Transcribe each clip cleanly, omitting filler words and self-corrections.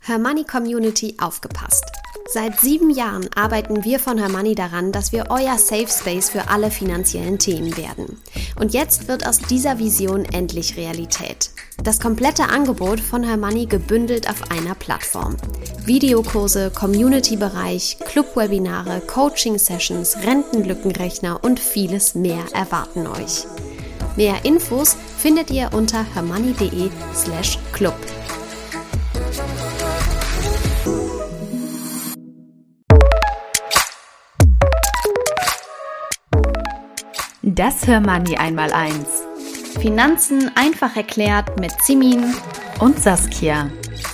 Hermoney Community aufgepasst. Seit 7 Jahren arbeiten wir von Hermoney daran, dass wir euer Safe Space für alle finanziellen Themen werden. Und jetzt wird aus dieser Vision endlich Realität. Das komplette Angebot von Hermoney gebündelt auf einer Plattform. Videokurse, Community-Bereich, Club-Webinare, Coaching-Sessions, Rentenlückenrechner und vieles mehr erwarten euch. Mehr Infos findet ihr unter hermoney.de/club. Das Hermoney 1x1. Finanzen einfach erklärt mit Simin und Saskia.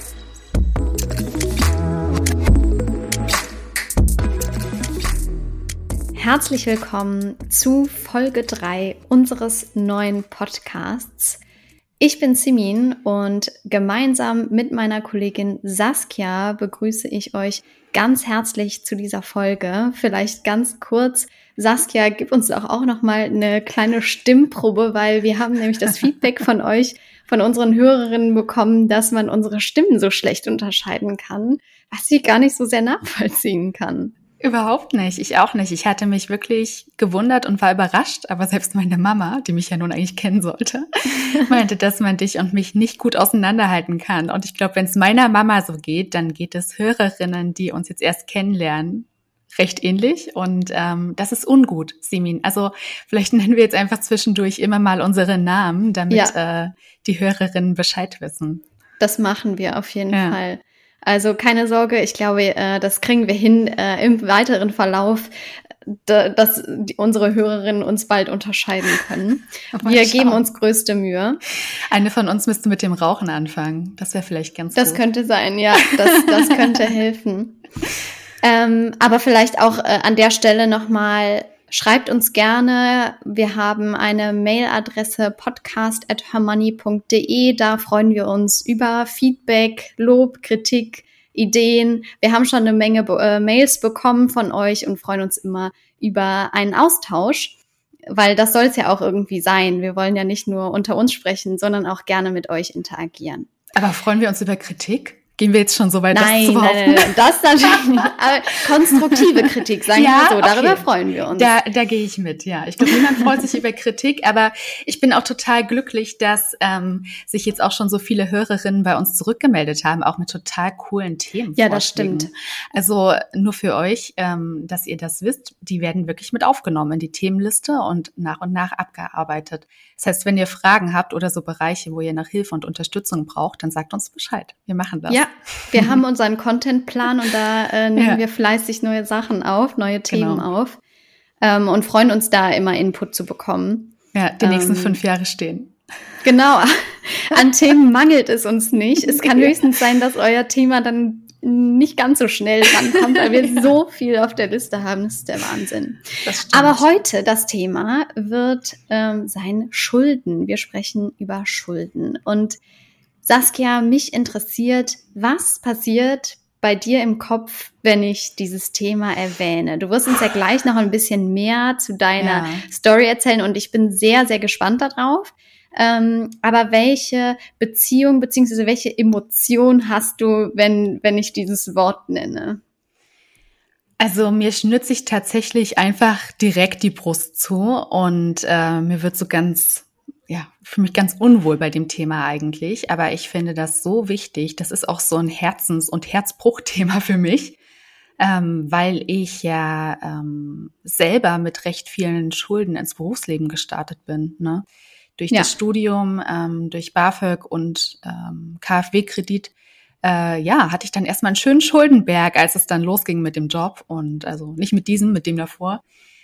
Herzlich willkommen zu Folge 3 unseres neuen Podcasts. Ich bin Simin und gemeinsam mit meiner Kollegin Saskia begrüße ich euch ganz herzlich zu dieser Folge. Vielleicht ganz kurz, Saskia, gib uns doch auch noch mal eine kleine Stimmprobe, weil wir haben nämlich das Feedback von euch, von unseren Hörerinnen bekommen, dass man unsere Stimmen so schlecht unterscheiden kann, was ich gar nicht so sehr nachvollziehen kann. Überhaupt nicht, ich auch nicht. Ich hatte mich wirklich gewundert und war überrascht, aber selbst meine Mama, die mich ja nun eigentlich kennen sollte, meinte, dass man dich und mich nicht gut auseinanderhalten kann. Und ich glaube, wenn es meiner Mama so geht, dann geht es Hörerinnen, die uns jetzt erst kennenlernen, recht ähnlich. Und das ist ungut, Simin. Also vielleicht nennen wir jetzt einfach zwischendurch immer mal unsere Namen, damit die Hörerinnen Bescheid wissen. Das machen wir auf jeden Fall. Also keine Sorge, ich glaube, das kriegen wir hin im weiteren Verlauf, dass unsere Hörerinnen uns bald unterscheiden können. Wir geben uns größte Mühe. Eine von uns müsste mit dem Rauchen anfangen. Das wäre vielleicht ganz gut. Das könnte sein, ja. Das könnte helfen. Aber vielleicht auch an der Stelle nochmal, schreibt uns gerne. Wir haben eine Mailadresse podcast@hermoney.de. Da freuen wir uns über Feedback, Lob, Kritik, Ideen. Wir haben schon eine Menge Mails bekommen von euch und freuen uns immer über einen Austausch, weil das soll es ja auch irgendwie sein. Wir wollen ja nicht nur unter uns sprechen, sondern auch gerne mit euch interagieren. Aber freuen wir uns über Kritik? Gehen wir jetzt schon so weit, das zu behaupten? Nein, das natürlich nicht. Aber konstruktive Kritik, sagen wir so, darüber freuen wir uns. Da gehe ich mit, ja. Ich glaube, niemand freut sich über Kritik, aber ich bin auch total glücklich, dass sich jetzt auch schon so viele Hörerinnen bei uns zurückgemeldet haben, auch mit total coolen Themen. Ja, das stimmt. Also nur für euch, dass ihr das wisst, die werden wirklich mit aufgenommen in die Themenliste und nach abgearbeitet. Das heißt, wenn ihr Fragen habt oder so Bereiche, wo ihr nach Hilfe und Unterstützung braucht, dann sagt uns Bescheid. Wir machen das. Ja, wir haben unseren Contentplan und da nehmen wir fleißig neue Sachen auf, neue Themen auf und freuen uns da immer Input zu bekommen. Ja, die nächsten 5 Jahre stehen. Genau, an Themen mangelt es uns nicht. Es kann höchstens sein, dass euer Thema dann nicht ganz so schnell rankommt, weil wir so viel auf der Liste haben. Das ist der Wahnsinn. Aber heute das Thema wird sein Schulden. Wir sprechen über Schulden. Und Saskia, mich interessiert, was passiert bei dir im Kopf, wenn ich dieses Thema erwähne? Du wirst uns ja gleich noch ein bisschen mehr zu deiner Story erzählen und ich bin sehr, sehr gespannt darauf. Aber welche Beziehung bzw. welche Emotion hast du, wenn ich dieses Wort nenne? Also mir schnürt sich tatsächlich einfach direkt die Brust zu und mir wird so für mich ganz unwohl bei dem Thema eigentlich, aber ich finde das so wichtig. Das ist auch so ein Herzens- und Herzbruchthema für mich, weil ich ja selber mit recht vielen Schulden ins Berufsleben gestartet bin, ne? Durch das Studium, durch BAföG und KfW-Kredit, hatte ich dann erstmal einen schönen Schuldenberg, als es dann losging mit dem Job und also nicht mit diesem, mit dem davor.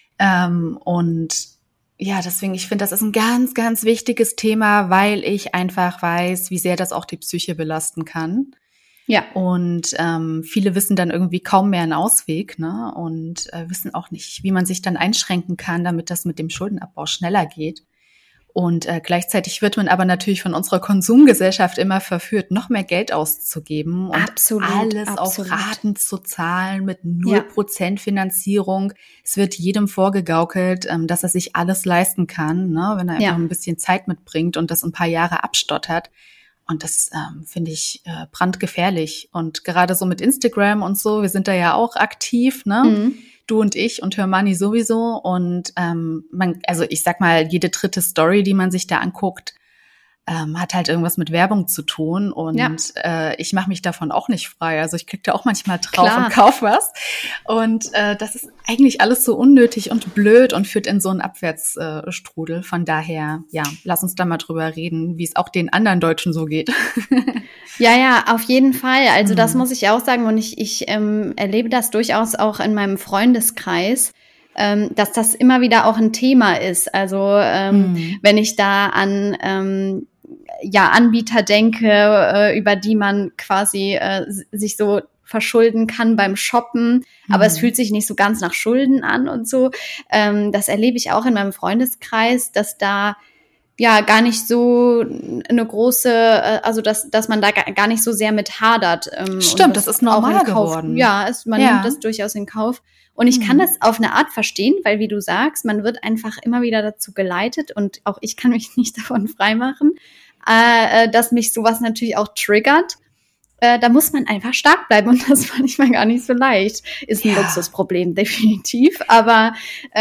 Deswegen, ich finde, das ist ein ganz, ganz wichtiges Thema, weil ich einfach weiß, wie sehr das auch die Psyche belasten kann. Ja. Und viele wissen dann irgendwie kaum mehr einen Ausweg, ne? Und wissen auch nicht, wie man sich dann einschränken kann, damit das mit dem Schuldenabbau schneller geht. Und gleichzeitig wird man aber natürlich von unserer Konsumgesellschaft immer verführt, noch mehr Geld auszugeben und alles auf Raten zu zahlen mit 0% Finanzierung. Es wird jedem vorgegaukelt, dass er sich alles leisten kann, ne, wenn er einfach ein bisschen Zeit mitbringt und das ein paar Jahre abstottert. Und das finde ich brandgefährlich. Und gerade so mit Instagram und so, wir sind da ja auch aktiv, ne? Mhm. Du und ich und Hermanni sowieso. Und also ich sag mal, jede dritte Story, die man sich da anguckt, hat halt irgendwas mit Werbung zu tun. Und ich mache mich davon auch nicht frei. Also ich klicke da auch manchmal drauf und kauf was. Und das ist eigentlich alles so unnötig und blöd und führt in so einen Abwärtsstrudel. Von daher, ja, lass uns da mal drüber reden, wie es auch den anderen Deutschen so geht. Ja, auf jeden Fall. Also das muss ich auch sagen. Und ich erlebe das durchaus auch in meinem Freundeskreis, dass das immer wieder auch ein Thema ist. Also wenn ich da an Anbieter denke, über die man quasi sich so verschulden kann beim Shoppen, aber es fühlt sich nicht so ganz nach Schulden an und so. Das erlebe ich auch in meinem Freundeskreis, dass da ja gar nicht so eine große, also dass man da gar nicht so sehr mit hadert. Stimmt, das ist normal geworden. Ja, man nimmt das durchaus in Kauf. Und ich kann das auf eine Art verstehen, weil, wie du sagst, man wird einfach immer wieder dazu geleitet und auch ich kann mich nicht davon freimachen, dass mich sowas natürlich auch triggert. Da muss man einfach stark bleiben und das ist manchmal gar nicht so leicht. Ist ein Luxusproblem, definitiv. Aber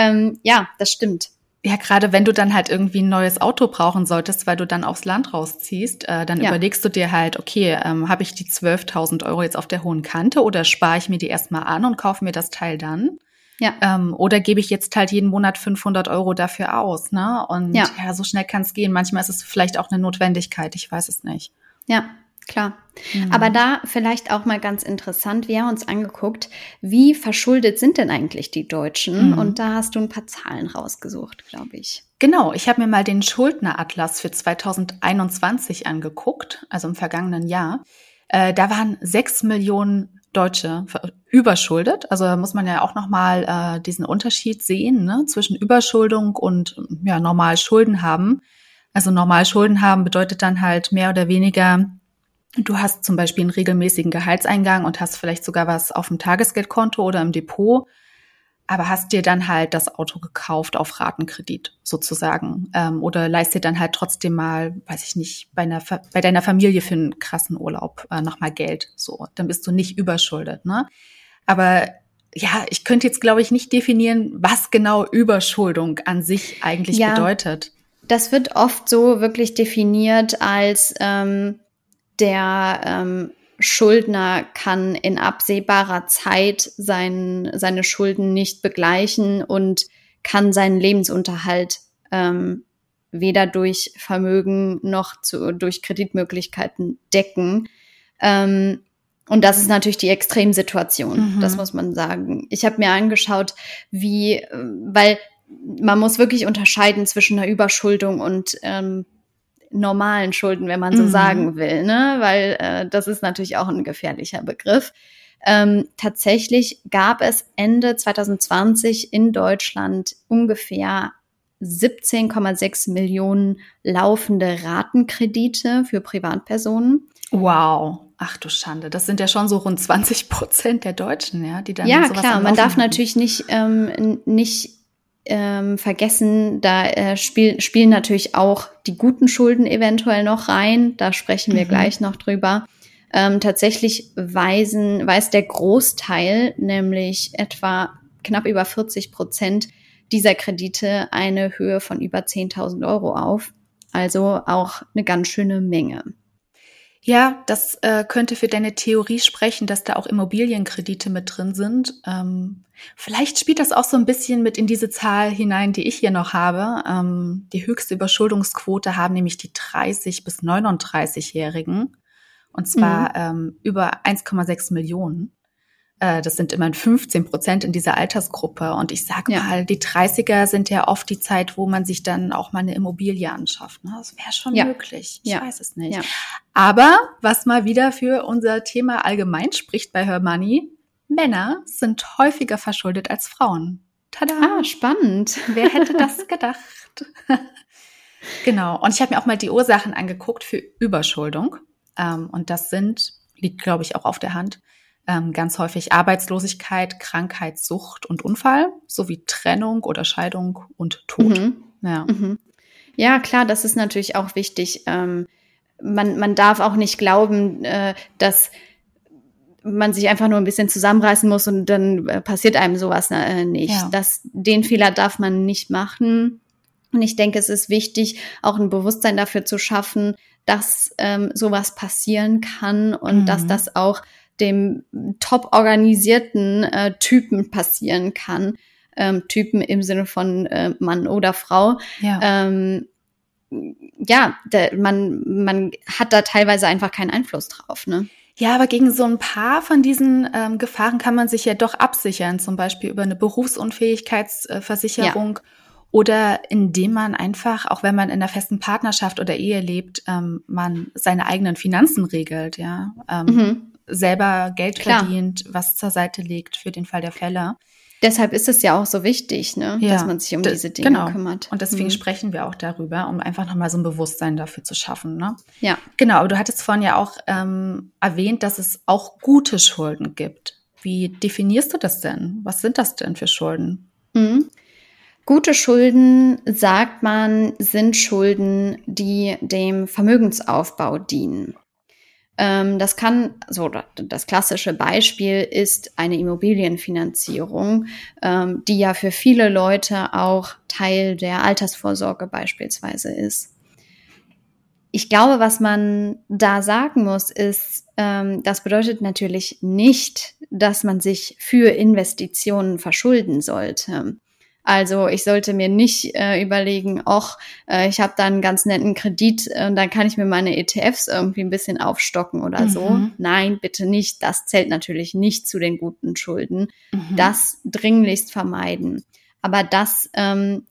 das stimmt. Ja, gerade wenn du dann halt irgendwie ein neues Auto brauchen solltest, weil du dann aufs Land rausziehst, dann überlegst du dir halt, okay, habe ich die 12.000 € jetzt auf der hohen Kante oder spare ich mir die erstmal an und kaufe mir das Teil dann? Ja. Oder gebe ich jetzt halt jeden Monat 500 € dafür aus, ne? Und so schnell kann es gehen. Manchmal ist es vielleicht auch eine Notwendigkeit, ich weiß es nicht. Ja, klar. Aber da vielleicht auch mal ganz interessant, wir haben uns angeguckt, wie verschuldet sind denn eigentlich die Deutschen? Und da hast du ein paar Zahlen rausgesucht, glaube ich. Genau, ich habe mir mal den Schuldneratlas für 2021 angeguckt, also im vergangenen Jahr. Da waren 6 Millionen Deutsche überschuldet. Also da muss man ja auch nochmal diesen Unterschied sehen, ne, zwischen Überschuldung und normal Schulden haben. Also normal Schulden haben bedeutet dann halt mehr oder weniger, du hast zum Beispiel einen regelmäßigen Gehaltseingang und hast vielleicht sogar was auf dem Tagesgeldkonto oder im Depot, aber hast dir dann halt das Auto gekauft auf Ratenkredit sozusagen oder leist dir dann halt trotzdem mal, weiß ich nicht, bei deiner Familie für einen krassen Urlaub nochmal Geld. So, dann bist du nicht überschuldet, ne? Aber ja, ich könnte jetzt, glaube ich, nicht definieren, was genau Überschuldung an sich eigentlich bedeutet. Das wird oft so wirklich definiert als der Schuldner kann in absehbarer Zeit seine Schulden nicht begleichen und kann seinen Lebensunterhalt weder durch Vermögen noch durch Kreditmöglichkeiten decken. Und das ist natürlich die Extremsituation, das muss man sagen. Ich habe mir angeschaut, weil man muss wirklich unterscheiden zwischen einer Überschuldung und normalen Schulden, wenn man so sagen will, ne? Weil das ist natürlich auch ein gefährlicher Begriff. Tatsächlich gab es Ende 2020 in Deutschland ungefähr 17,6 Millionen laufende Ratenkredite für Privatpersonen. Wow. Ach du Schande, das sind ja schon so rund 20% der Deutschen, ja, die dann sowas klar, man darf natürlich nicht vergessen, da spielen natürlich auch die guten Schulden eventuell noch rein. Da sprechen wir gleich noch drüber. Tatsächlich weist der Großteil, nämlich etwa knapp über 40% dieser Kredite, eine Höhe von über 10.000 € auf. Also auch eine ganz schöne Menge. Ja, das könnte für deine Theorie sprechen, dass da auch Immobilienkredite mit drin sind. Vielleicht spielt das auch so ein bisschen mit in diese Zahl hinein, die ich hier noch habe. Die höchste Überschuldungsquote haben nämlich die 30- bis 39-Jährigen. Und zwar über 1,6 Millionen. Das sind immerhin 15% in dieser Altersgruppe. Und ich sag mal, die 30er sind ja oft die Zeit, wo man sich dann auch mal eine Immobilie anschafft. Ne? Das wäre schon möglich. Ich weiß es nicht. Ja. Aber was mal wieder für unser Thema allgemein spricht bei Hermanni, Männer sind häufiger verschuldet als Frauen. Tada! Ah, spannend. Wer hätte das gedacht? Genau. Und ich habe mir auch mal die Ursachen angeguckt für Überschuldung. Und das liegt, glaube ich, auch auf der Hand, ganz häufig Arbeitslosigkeit, Krankheit, Sucht und Unfall, sowie Trennung oder Scheidung und Tod. Ja, klar, das ist natürlich auch wichtig. man darf auch nicht glauben, dass man sich einfach nur ein bisschen zusammenreißen muss und dann passiert einem sowas nicht. Ja. Den Fehler darf man nicht machen. Und ich denke, es ist wichtig, auch ein Bewusstsein dafür zu schaffen, dass sowas passieren kann und dass das auch dem top organisierten Typen passieren kann. Typen im Sinne von Mann oder Frau. Ja. Man hat da teilweise einfach keinen Einfluss drauf, ne? Ja, aber gegen so ein paar von diesen Gefahren kann man sich ja doch absichern, zum Beispiel über eine Berufsunfähigkeitsversicherung oder indem man einfach, auch wenn man in einer festen Partnerschaft oder Ehe lebt, man seine eigenen Finanzen regelt, ja, selber Geld verdient, was zur Seite legt für den Fall der Fälle. Deshalb ist es ja auch so wichtig, ne, dass man sich um diese Dinge kümmert. Und deswegen sprechen wir auch darüber, um einfach nochmal so ein Bewusstsein dafür zu schaffen, ne? Ja. Genau, aber du hattest vorhin ja auch erwähnt, dass es auch gute Schulden gibt. Wie definierst du das denn? Was sind das denn für Schulden? Gute Schulden, sagt man, sind Schulden, die dem Vermögensaufbau dienen. Das klassische Beispiel ist eine Immobilienfinanzierung, die ja für viele Leute auch Teil der Altersvorsorge beispielsweise ist. Ich glaube, was man da sagen muss, ist, das bedeutet natürlich nicht, dass man sich für Investitionen verschulden sollte. Also ich sollte mir nicht überlegen, ich habe da einen ganz netten Kredit und dann kann ich mir meine ETFs irgendwie ein bisschen aufstocken oder so. Nein, bitte nicht. Das zählt natürlich nicht zu den guten Schulden. Das dringlichst vermeiden. Aber das kann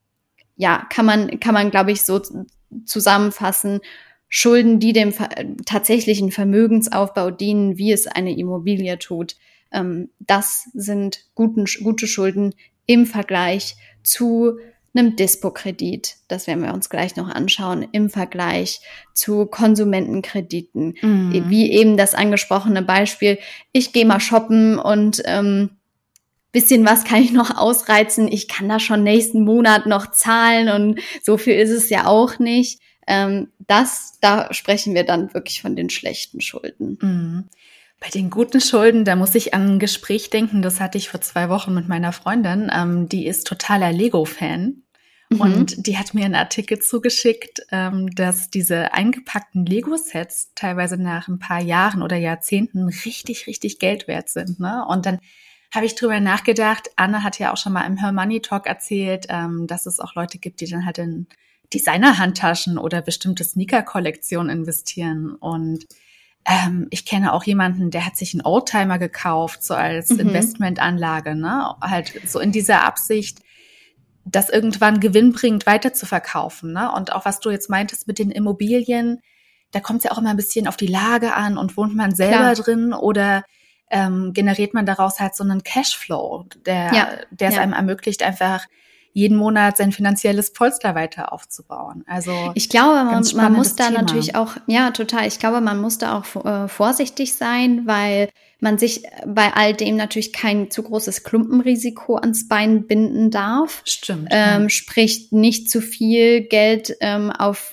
man, glaube ich, so zusammenfassen. Schulden, die dem tatsächlichen Vermögensaufbau dienen, wie es eine Immobilie tut. Das sind gute Schulden im Vergleich zu einem Dispo-Kredit, das werden wir uns gleich noch anschauen, im Vergleich zu Konsumentenkrediten, wie eben das angesprochene Beispiel, ich gehe mal shoppen und bisschen was kann ich noch ausreizen, ich kann das schon nächsten Monat noch zahlen und so viel ist es ja auch nicht. Da sprechen wir dann wirklich von den schlechten Schulden. Bei den guten Schulden, da muss ich an ein Gespräch denken, das hatte ich vor 2 Wochen mit meiner Freundin, die ist totaler Lego-Fan und die hat mir einen Artikel zugeschickt, dass diese eingepackten Lego-Sets teilweise nach ein paar Jahren oder Jahrzehnten richtig, richtig Geld wert sind, ne? Und dann habe ich drüber nachgedacht, Anne hat ja auch schon mal im Her Money Talk erzählt, dass es auch Leute gibt, die dann halt in Designer-Handtaschen oder bestimmte Sneaker-Kollektionen investieren und ich kenne auch jemanden, der hat sich einen Oldtimer gekauft, so als Investmentanlage, ne? Halt so in dieser Absicht, das irgendwann Gewinn bringt, weiter zu verkaufen, ne? Und auch was du jetzt meintest mit den Immobilien, da kommt es ja auch immer ein bisschen auf die Lage an und wohnt man selber drin oder generiert man daraus halt so einen Cashflow, der es einem ermöglicht, einfach jeden Monat sein finanzielles Polster weiter aufzubauen. Also ich glaube, man muss da Thema. natürlich auch, ja, total. Ich glaube, man muss da auch vorsichtig sein, weil man sich bei all dem natürlich kein zu großes Klumpenrisiko ans Bein binden darf. Stimmt. Sprich, nicht zu viel Geld auf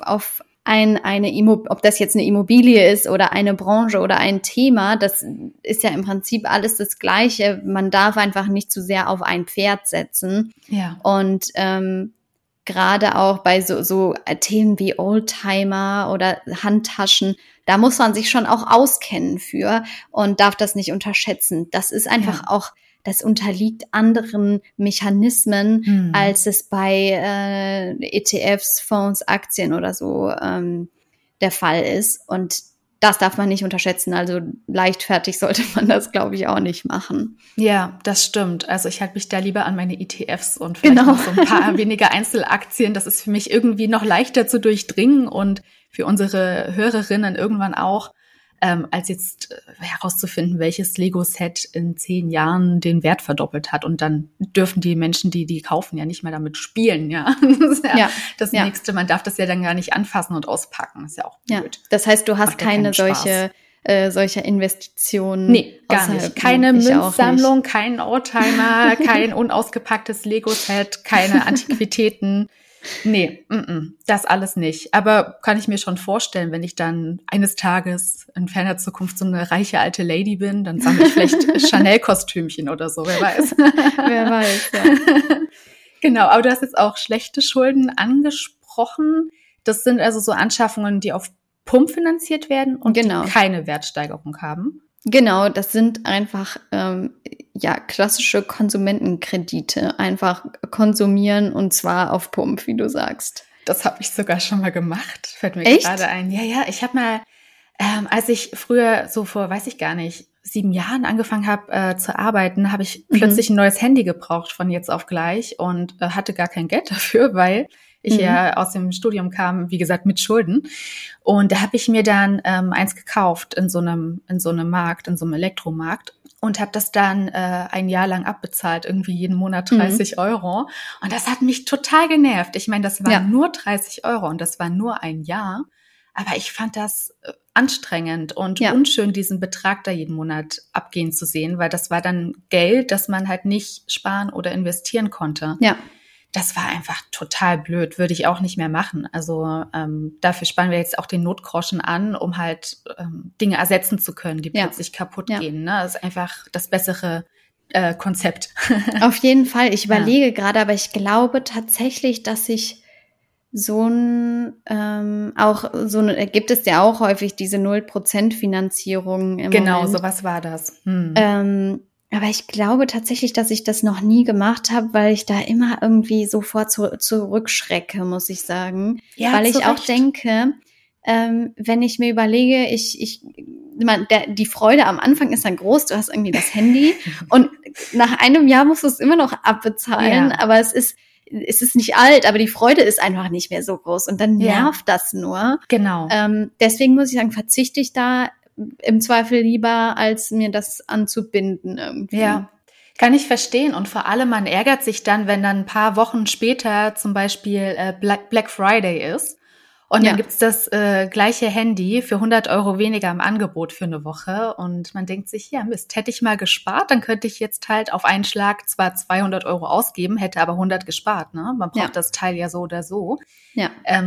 ob das jetzt eine Immobilie ist oder eine Branche oder ein Thema, das ist ja im Prinzip alles das Gleiche. Man darf einfach nicht zu sehr auf ein Pferd setzen. Ja. Und gerade auch bei so Themen wie Oldtimer oder Handtaschen, da muss man sich schon auch auskennen für und darf das nicht unterschätzen. Das ist einfach auch, das unterliegt anderen Mechanismen, als es bei ETFs, Fonds, Aktien oder so der Fall ist. Und das darf man nicht unterschätzen. Also leichtfertig sollte man das, glaube ich, auch nicht machen. Ja, das stimmt. Also ich halte mich da lieber an meine ETFs und vielleicht noch so ein paar weniger Einzelaktien. Das ist für mich irgendwie noch leichter zu durchdringen und für unsere Hörerinnen irgendwann auch, als jetzt herauszufinden, welches Lego-Set in 10 Jahren den Wert verdoppelt hat. Und dann dürfen die Menschen, die kaufen, ja nicht mehr damit spielen. Ja, das ist das Nächste. Man darf das ja dann gar nicht anfassen und auspacken. Das ist ja auch blöd. Das heißt, du hast keine solche Investitionen. Nee, gar nicht. Keine Münzsammlung, kein Oldtimer, kein unausgepacktes Lego-Set, keine Antiquitäten. Nee, das alles nicht. Aber kann ich mir schon vorstellen, wenn ich dann eines Tages in ferner Zukunft so eine reiche alte Lady bin, dann sammle ich vielleicht Chanel-Kostümchen oder so, wer weiß. Wer weiß, ja. Genau, aber du hast jetzt auch schlechte Schulden angesprochen. Das sind also so Anschaffungen, die auf Pump finanziert werden und die keine Wertsteigerung haben. Genau, das sind einfach klassische Konsumentenkredite. Einfach konsumieren und zwar auf Pump, wie du sagst. Das habe ich sogar schon mal gemacht. Fällt mir Echt? Gerade ein. Ja, ich habe mal, als ich früher so vor, weiß ich gar nicht, 7 Jahren angefangen habe zu arbeiten, habe ich plötzlich ein neues Handy gebraucht von jetzt auf gleich und hatte gar kein Geld dafür, weil ich ja aus dem Studium kam, wie gesagt, mit Schulden. Und da habe ich mir dann eins gekauft in so einem Markt, in so einem Elektromarkt und habe das dann ein Jahr lang abbezahlt, irgendwie jeden Monat 30 Euro. Und das hat mich total genervt. Ich meine, das waren nur 30 Euro und das war nur ein Jahr. Aber ich fand das anstrengend und unschön, diesen Betrag da jeden Monat abgehen zu sehen, weil das war dann Geld, das man halt nicht sparen oder investieren konnte. Ja. Das war einfach total blöd, würde ich auch nicht mehr machen. Also dafür sparen wir jetzt auch den Notgroschen an, um halt Dinge ersetzen zu können, die plötzlich kaputt gehen. Ne? Das ist einfach das bessere Konzept. Auf jeden Fall. Ich überlege gerade, aber ich glaube tatsächlich, dass ich gibt es ja auch häufig diese 0% Finanzierung im Moment. Sowas war das. Aber ich glaube tatsächlich, dass ich das noch nie gemacht habe, weil ich da immer irgendwie sofort zurückschrecke, muss ich sagen. Ja, weil ich auch denke, wenn ich mir überlege, die Freude am Anfang ist dann groß, du hast irgendwie das Handy und nach einem Jahr musst du es immer noch abbezahlen, aber es ist nicht alt, aber die Freude ist einfach nicht mehr so groß und dann nervt das nur. Genau. Deswegen muss ich sagen, verzichte ich da im Zweifel lieber, als mir das anzubinden irgendwie. Ja, kann ich verstehen. Und vor allem, man ärgert sich dann, wenn dann ein paar Wochen später zum Beispiel Black Friday ist. Und dann gibt's das gleiche Handy für 100 Euro weniger im Angebot für eine Woche. Und man denkt sich, ja Mist, hätte ich mal gespart, dann könnte ich jetzt halt auf einen Schlag zwar 200 Euro ausgeben, hätte aber 100 gespart. Ne? Man braucht das Teil ja so oder so. Ja,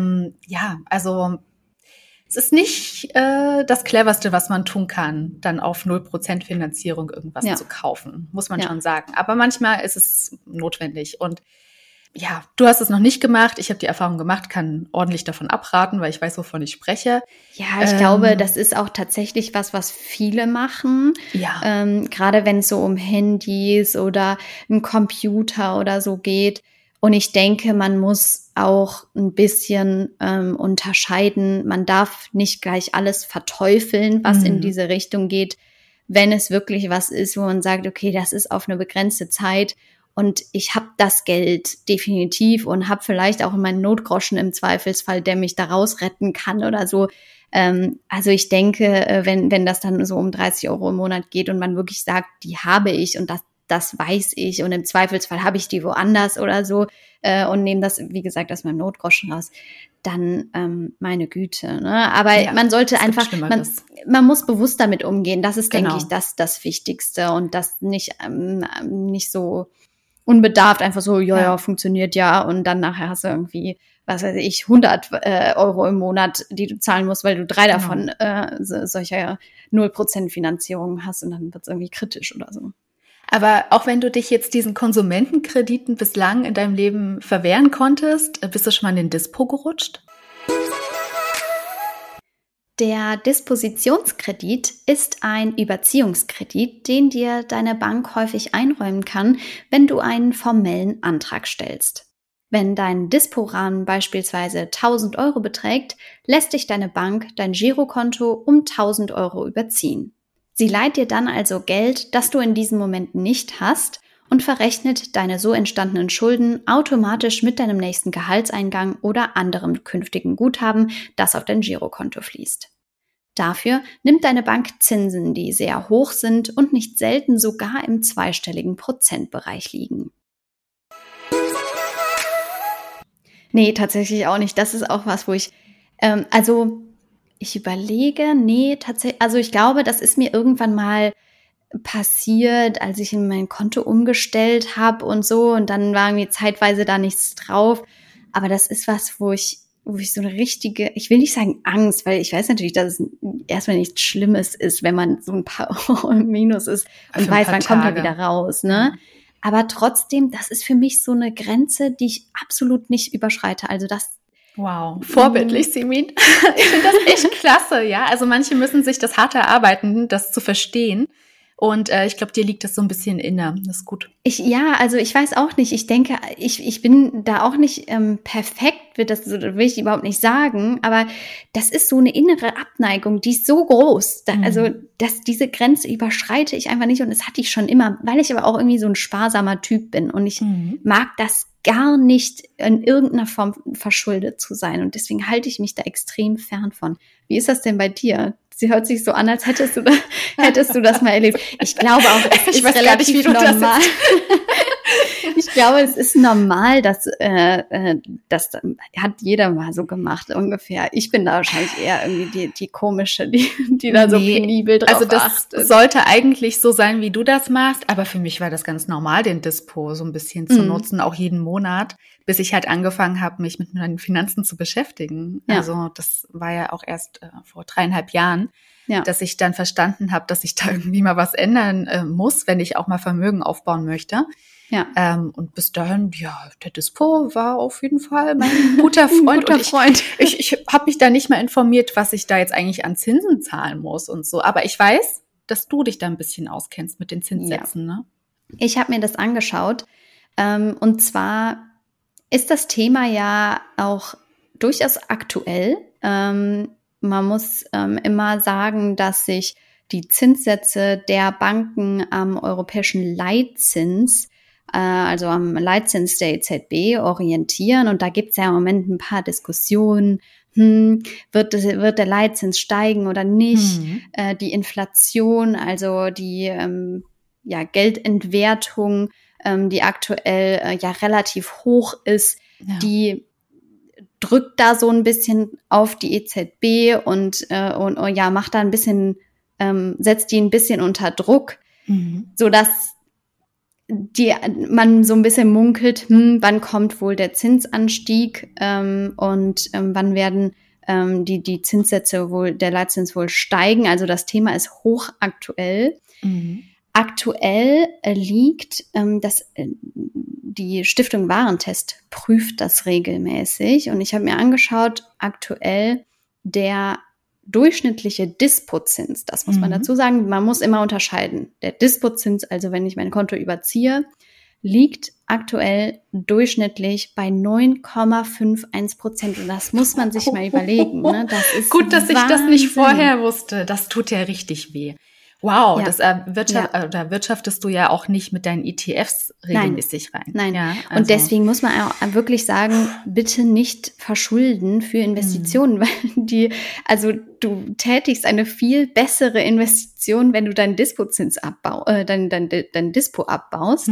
also es ist nicht das Cleverste, was man tun kann, dann auf 0% Finanzierung irgendwas zu kaufen, muss man schon sagen. Aber manchmal ist es notwendig. Und ja, du hast es noch nicht gemacht. Ich habe die Erfahrung gemacht, kann ordentlich davon abraten, weil ich weiß, wovon ich spreche. Ja, ich glaube, das ist auch tatsächlich was viele machen. Ja. Gerade wenn es so um Handys oder einen Computer oder so geht. Und ich denke, man muss auch ein bisschen unterscheiden. Man darf nicht gleich alles verteufeln, was in diese Richtung geht, wenn es wirklich was ist, wo man sagt, okay, das ist auf eine begrenzte Zeit und ich habe das Geld definitiv und habe vielleicht auch meinen Notgroschen im Zweifelsfall, der mich da rausretten kann oder so. Also ich denke, wenn das dann so um 30 Euro im Monat geht und man wirklich sagt, die habe ich und das weiß ich und im Zweifelsfall habe ich die woanders oder so und nehme das, wie gesagt, aus meinem Notgroschen raus, dann meine Güte. Ne? Aber man sollte einfach, man muss bewusst damit umgehen. Das ist, denke ich, das Wichtigste und das nicht so unbedarft einfach so, funktioniert ja und dann nachher hast du irgendwie, was weiß ich, 100 Euro im Monat, die du zahlen musst, weil du 3 davon solcher 0% Finanzierung hast und dann wird es irgendwie kritisch oder so. Aber auch wenn du dich jetzt diesen Konsumentenkrediten bislang in deinem Leben verwehren konntest, bist du schon mal in den Dispo gerutscht? Der Dispositionskredit ist ein Überziehungskredit, den dir deine Bank häufig einräumen kann, wenn du einen formellen Antrag stellst. Wenn dein Disporahmen beispielsweise 1.000 Euro beträgt, lässt dich deine Bank dein Girokonto um 1.000 Euro überziehen. Sie leiht dir dann also Geld, das du in diesem Moment nicht hast und verrechnet deine so entstandenen Schulden automatisch mit deinem nächsten Gehaltseingang oder anderem künftigen Guthaben, das auf dein Girokonto fließt. Dafür nimmt deine Bank Zinsen, die sehr hoch sind und nicht selten sogar im zweistelligen Prozentbereich liegen. Nee, tatsächlich auch nicht. Das ist auch was, wo ich, ich überlege, ich glaube, das ist mir irgendwann mal passiert, als ich in mein Konto umgestellt habe und so und dann war irgendwie zeitweise da nichts drauf. Aber das ist was, wo ich so eine richtige, ich will nicht sagen Angst, weil ich weiß natürlich, dass es erstmal nichts Schlimmes ist, wenn man so ein paar Euro im Minus ist und weiß, man kommt ja wieder raus, ne? Aber trotzdem, das ist für mich so eine Grenze, die ich absolut nicht überschreite. Also das. Wow, vorbildlich, Simin. Ich finde das echt klasse, ja. Also manche müssen sich das hart erarbeiten, das zu verstehen. Und ich glaube, dir liegt das so ein bisschen inne. Das ist gut. Also ich weiß auch nicht. Ich denke, ich bin da auch nicht perfekt, will ich überhaupt nicht sagen. Aber das ist so eine innere Abneigung, die ist so groß. Also diese Grenze überschreite ich einfach nicht. Und das hatte ich schon immer, weil ich aber auch irgendwie so ein sparsamer Typ bin. Und ich mag das gar nicht in irgendeiner Form verschuldet zu sein. Und deswegen halte ich mich da extrem fern von. Wie ist das denn bei dir? Sie hört sich so an, als hättest du das mal erlebt. Ich glaube auch, es ist relativ normal. Ich glaube, es ist normal, das hat jeder mal so gemacht ungefähr. Ich bin da wahrscheinlich eher irgendwie die komische, die da so penibel drauf achtet. Also das sollte eigentlich so sein, wie du das machst, aber für mich war das ganz normal, den Dispo so ein bisschen zu nutzen, auch jeden Monat, bis ich halt angefangen habe, mich mit meinen Finanzen zu beschäftigen. Ja. Also das war ja auch erst vor 3,5 Jahren, dass ich dann verstanden habe, dass ich da irgendwie mal was ändern muss, wenn ich auch mal Vermögen aufbauen möchte. Ja. Und bis dahin, der Dispo war auf jeden Fall mein guter Freund. Ich habe mich da nicht mehr informiert, was ich da jetzt eigentlich an Zinsen zahlen muss und so. Aber ich weiß, dass du dich da ein bisschen auskennst mit den Zinssätzen, ne? Ich habe mir das angeschaut. Und zwar ist das Thema ja auch durchaus aktuell. Man muss immer sagen, dass sich die Zinssätze der Banken am europäischen Leitzins, also am Leitzins der EZB orientieren. Und da gibt es ja im Moment ein paar Diskussionen. Wird der Leitzins steigen oder nicht? Die Inflation, also die Geldentwertung, die aktuell relativ hoch ist, die drückt da so ein bisschen auf die EZB und macht da ein bisschen, setzt die ein bisschen unter Druck, sodass man so ein bisschen munkelt, wann kommt wohl der Zinsanstieg und wann werden die Zinssätze der Leitzins wohl steigen. Also das Thema ist hochaktuell. Aktuell liegt, die Stiftung Warentest prüft das regelmäßig und ich habe mir angeschaut, aktuell der durchschnittliche Dispozins, das muss man dazu sagen, man muss immer unterscheiden. Der Dispozins, also wenn ich mein Konto überziehe, liegt aktuell durchschnittlich bei 9,51%. Und das muss man sich mal überlegen. Ne? Das ist gut, dass ich das nicht vorher wusste. Das tut ja richtig weh. Wow, das wirtschaftest du ja auch nicht mit deinen ETFs regelmäßig rein. Nein, ja, also. Und deswegen muss man auch wirklich sagen, bitte nicht verschulden für Investitionen, weil du tätigst eine viel bessere Investition, wenn du deinen Dispozins dein Dispo abbaust.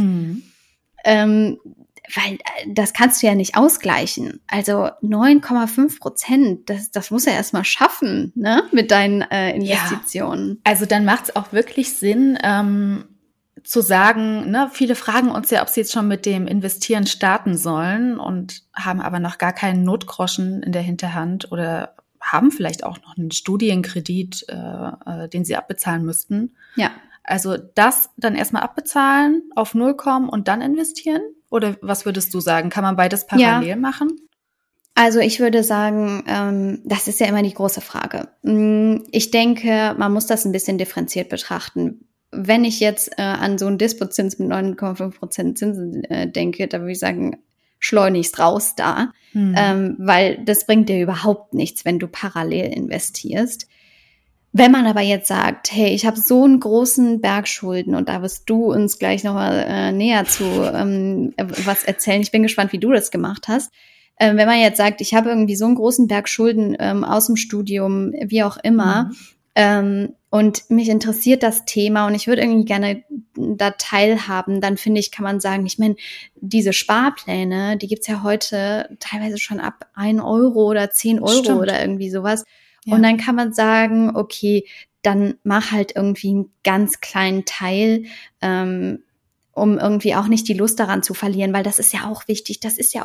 Weil das kannst du ja nicht ausgleichen. Also 9,5%, das muss er erstmal schaffen, ne, mit deinen Investitionen. Ja. Also dann macht es auch wirklich Sinn, zu sagen, ne, viele fragen uns ja, ob sie jetzt schon mit dem Investieren starten sollen und haben aber noch gar keinen Notgroschen in der Hinterhand oder haben vielleicht auch noch einen Studienkredit, den sie abbezahlen müssten. Ja. Also das dann erstmal abbezahlen, auf Null kommen und dann investieren? Oder was würdest du sagen? Kann man beides parallel machen? Also ich würde sagen, das ist ja immer die große Frage. Ich denke, man muss das ein bisschen differenziert betrachten. Wenn ich jetzt an so einen Dispozins mit 9,5% Zinsen denke, da würde ich sagen, schleunigst raus da, weil das bringt dir überhaupt nichts, wenn du parallel investierst. Wenn man aber jetzt sagt, hey, ich habe so einen großen Berg Schulden und da wirst du uns gleich nochmal näher zu was erzählen. Ich bin gespannt, wie du das gemacht hast. Wenn man jetzt sagt, ich habe irgendwie so einen großen Berg Schulden aus dem Studium, wie auch immer, und mich interessiert das Thema und ich würde irgendwie gerne da teilhaben, dann finde ich, kann man sagen, ich meine, diese Sparpläne, die gibt's ja heute teilweise schon ab 1 Euro oder 10 Euro Stimmt. oder irgendwie sowas. Ja. Und dann kann man sagen, okay, dann mach halt irgendwie einen ganz kleinen Teil, um irgendwie auch nicht die Lust daran zu verlieren, weil das ist ja auch wichtig. Das ist ja auch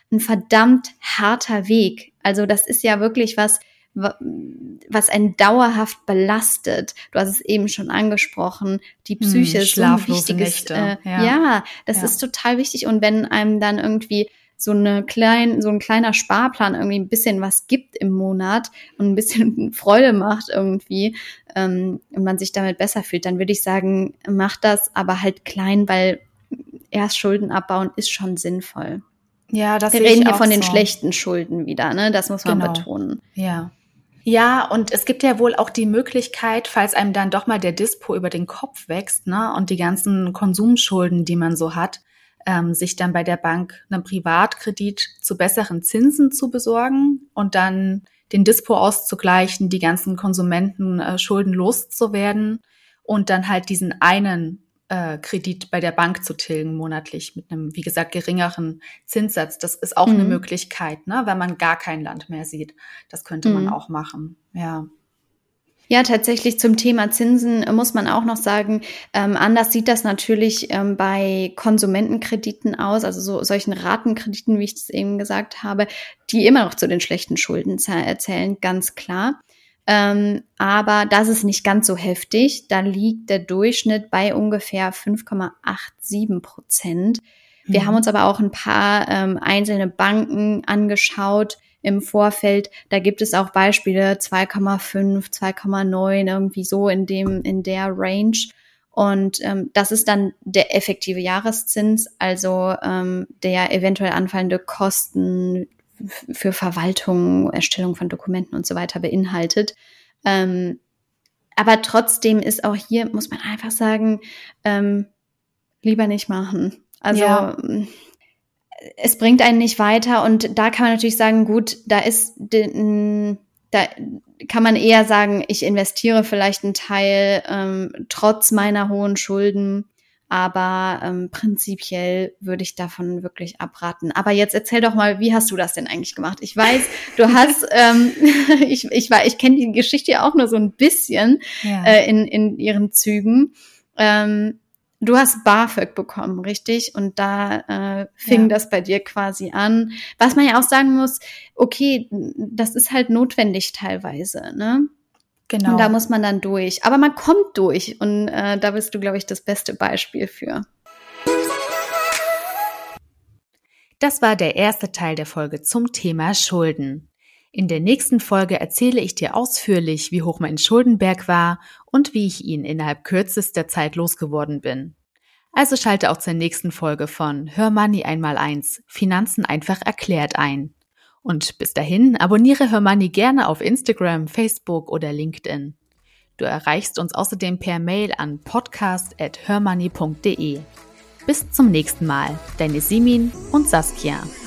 ein verdammt harter Weg. Also das ist ja wirklich was einen dauerhaft belastet. Du hast es eben schon angesprochen, die Psyche ist so ein wichtiges. Das ist total wichtig. Und wenn einem dann irgendwie so ein kleiner Sparplan irgendwie ein bisschen was gibt im Monat und ein bisschen Freude macht irgendwie und man sich damit besser fühlt, dann würde ich sagen, mach das, aber halt klein, weil erst Schulden abbauen ist schon sinnvoll. Ja, das Wir reden hier von den schlechten Schulden wieder, ne? Das muss man betonen. Ja, und es gibt ja wohl auch die Möglichkeit, falls einem dann doch mal der Dispo über den Kopf wächst, ne, und die ganzen Konsumschulden, die man so hat, sich dann bei der Bank einen Privatkredit zu besseren Zinsen zu besorgen und dann den Dispo auszugleichen, die ganzen Konsumenten Schulden loszuwerden und dann halt diesen einen Kredit bei der Bank zu tilgen monatlich mit einem, wie gesagt, geringeren Zinssatz. Das ist auch eine Möglichkeit, ne, wenn man gar kein Land mehr sieht. Das könnte man auch machen, ja. Ja, tatsächlich zum Thema Zinsen muss man auch noch sagen, anders sieht das natürlich bei Konsumentenkrediten aus, also solchen Ratenkrediten, wie ich es eben gesagt habe, die immer noch zu den schlechten Schulden zählen, ganz klar. Aber das ist nicht ganz so heftig. Da liegt der Durchschnitt bei ungefähr 5,87%. Wir haben uns aber auch ein paar einzelne Banken angeschaut im Vorfeld. Da gibt es auch Beispiele 2,5, 2,9, irgendwie so in der Range. Und das ist dann der effektive Jahreszins, also der eventuell anfallende Kosten für Verwaltung, Erstellung von Dokumenten und so weiter beinhaltet. Aber trotzdem ist auch hier, muss man einfach sagen, lieber nicht machen. Also es bringt einen nicht weiter und da kann man natürlich sagen, gut, da kann man eher sagen, ich investiere vielleicht einen Teil trotz meiner hohen Schulden. Aber prinzipiell würde ich davon wirklich abraten. Aber jetzt erzähl doch mal, wie hast du das denn eigentlich gemacht? Ich weiß, du hast, ich kenne die Geschichte ja auch nur so ein bisschen in ihren Zügen. Du hast BAföG bekommen, richtig? Und da fing das bei dir quasi an. Was man ja auch sagen muss, okay, das ist halt notwendig teilweise, ne? Genau. Und da muss man dann durch. Aber man kommt durch. Und da bist du, glaube ich, das beste Beispiel für. Das war der erste Teil der Folge zum Thema Schulden. In der nächsten Folge erzähle ich dir ausführlich, wie hoch mein Schuldenberg war und wie ich ihn innerhalb kürzester Zeit losgeworden bin. Also schalte auch zur nächsten Folge von Hör Money einmal1, Finanzen einfach erklärt ein. Und bis dahin abonniere Hör Money gerne auf Instagram, Facebook oder LinkedIn. Du erreichst uns außerdem per Mail an podcast@hörmoney.de. Bis zum nächsten Mal, deine Simin und Saskia.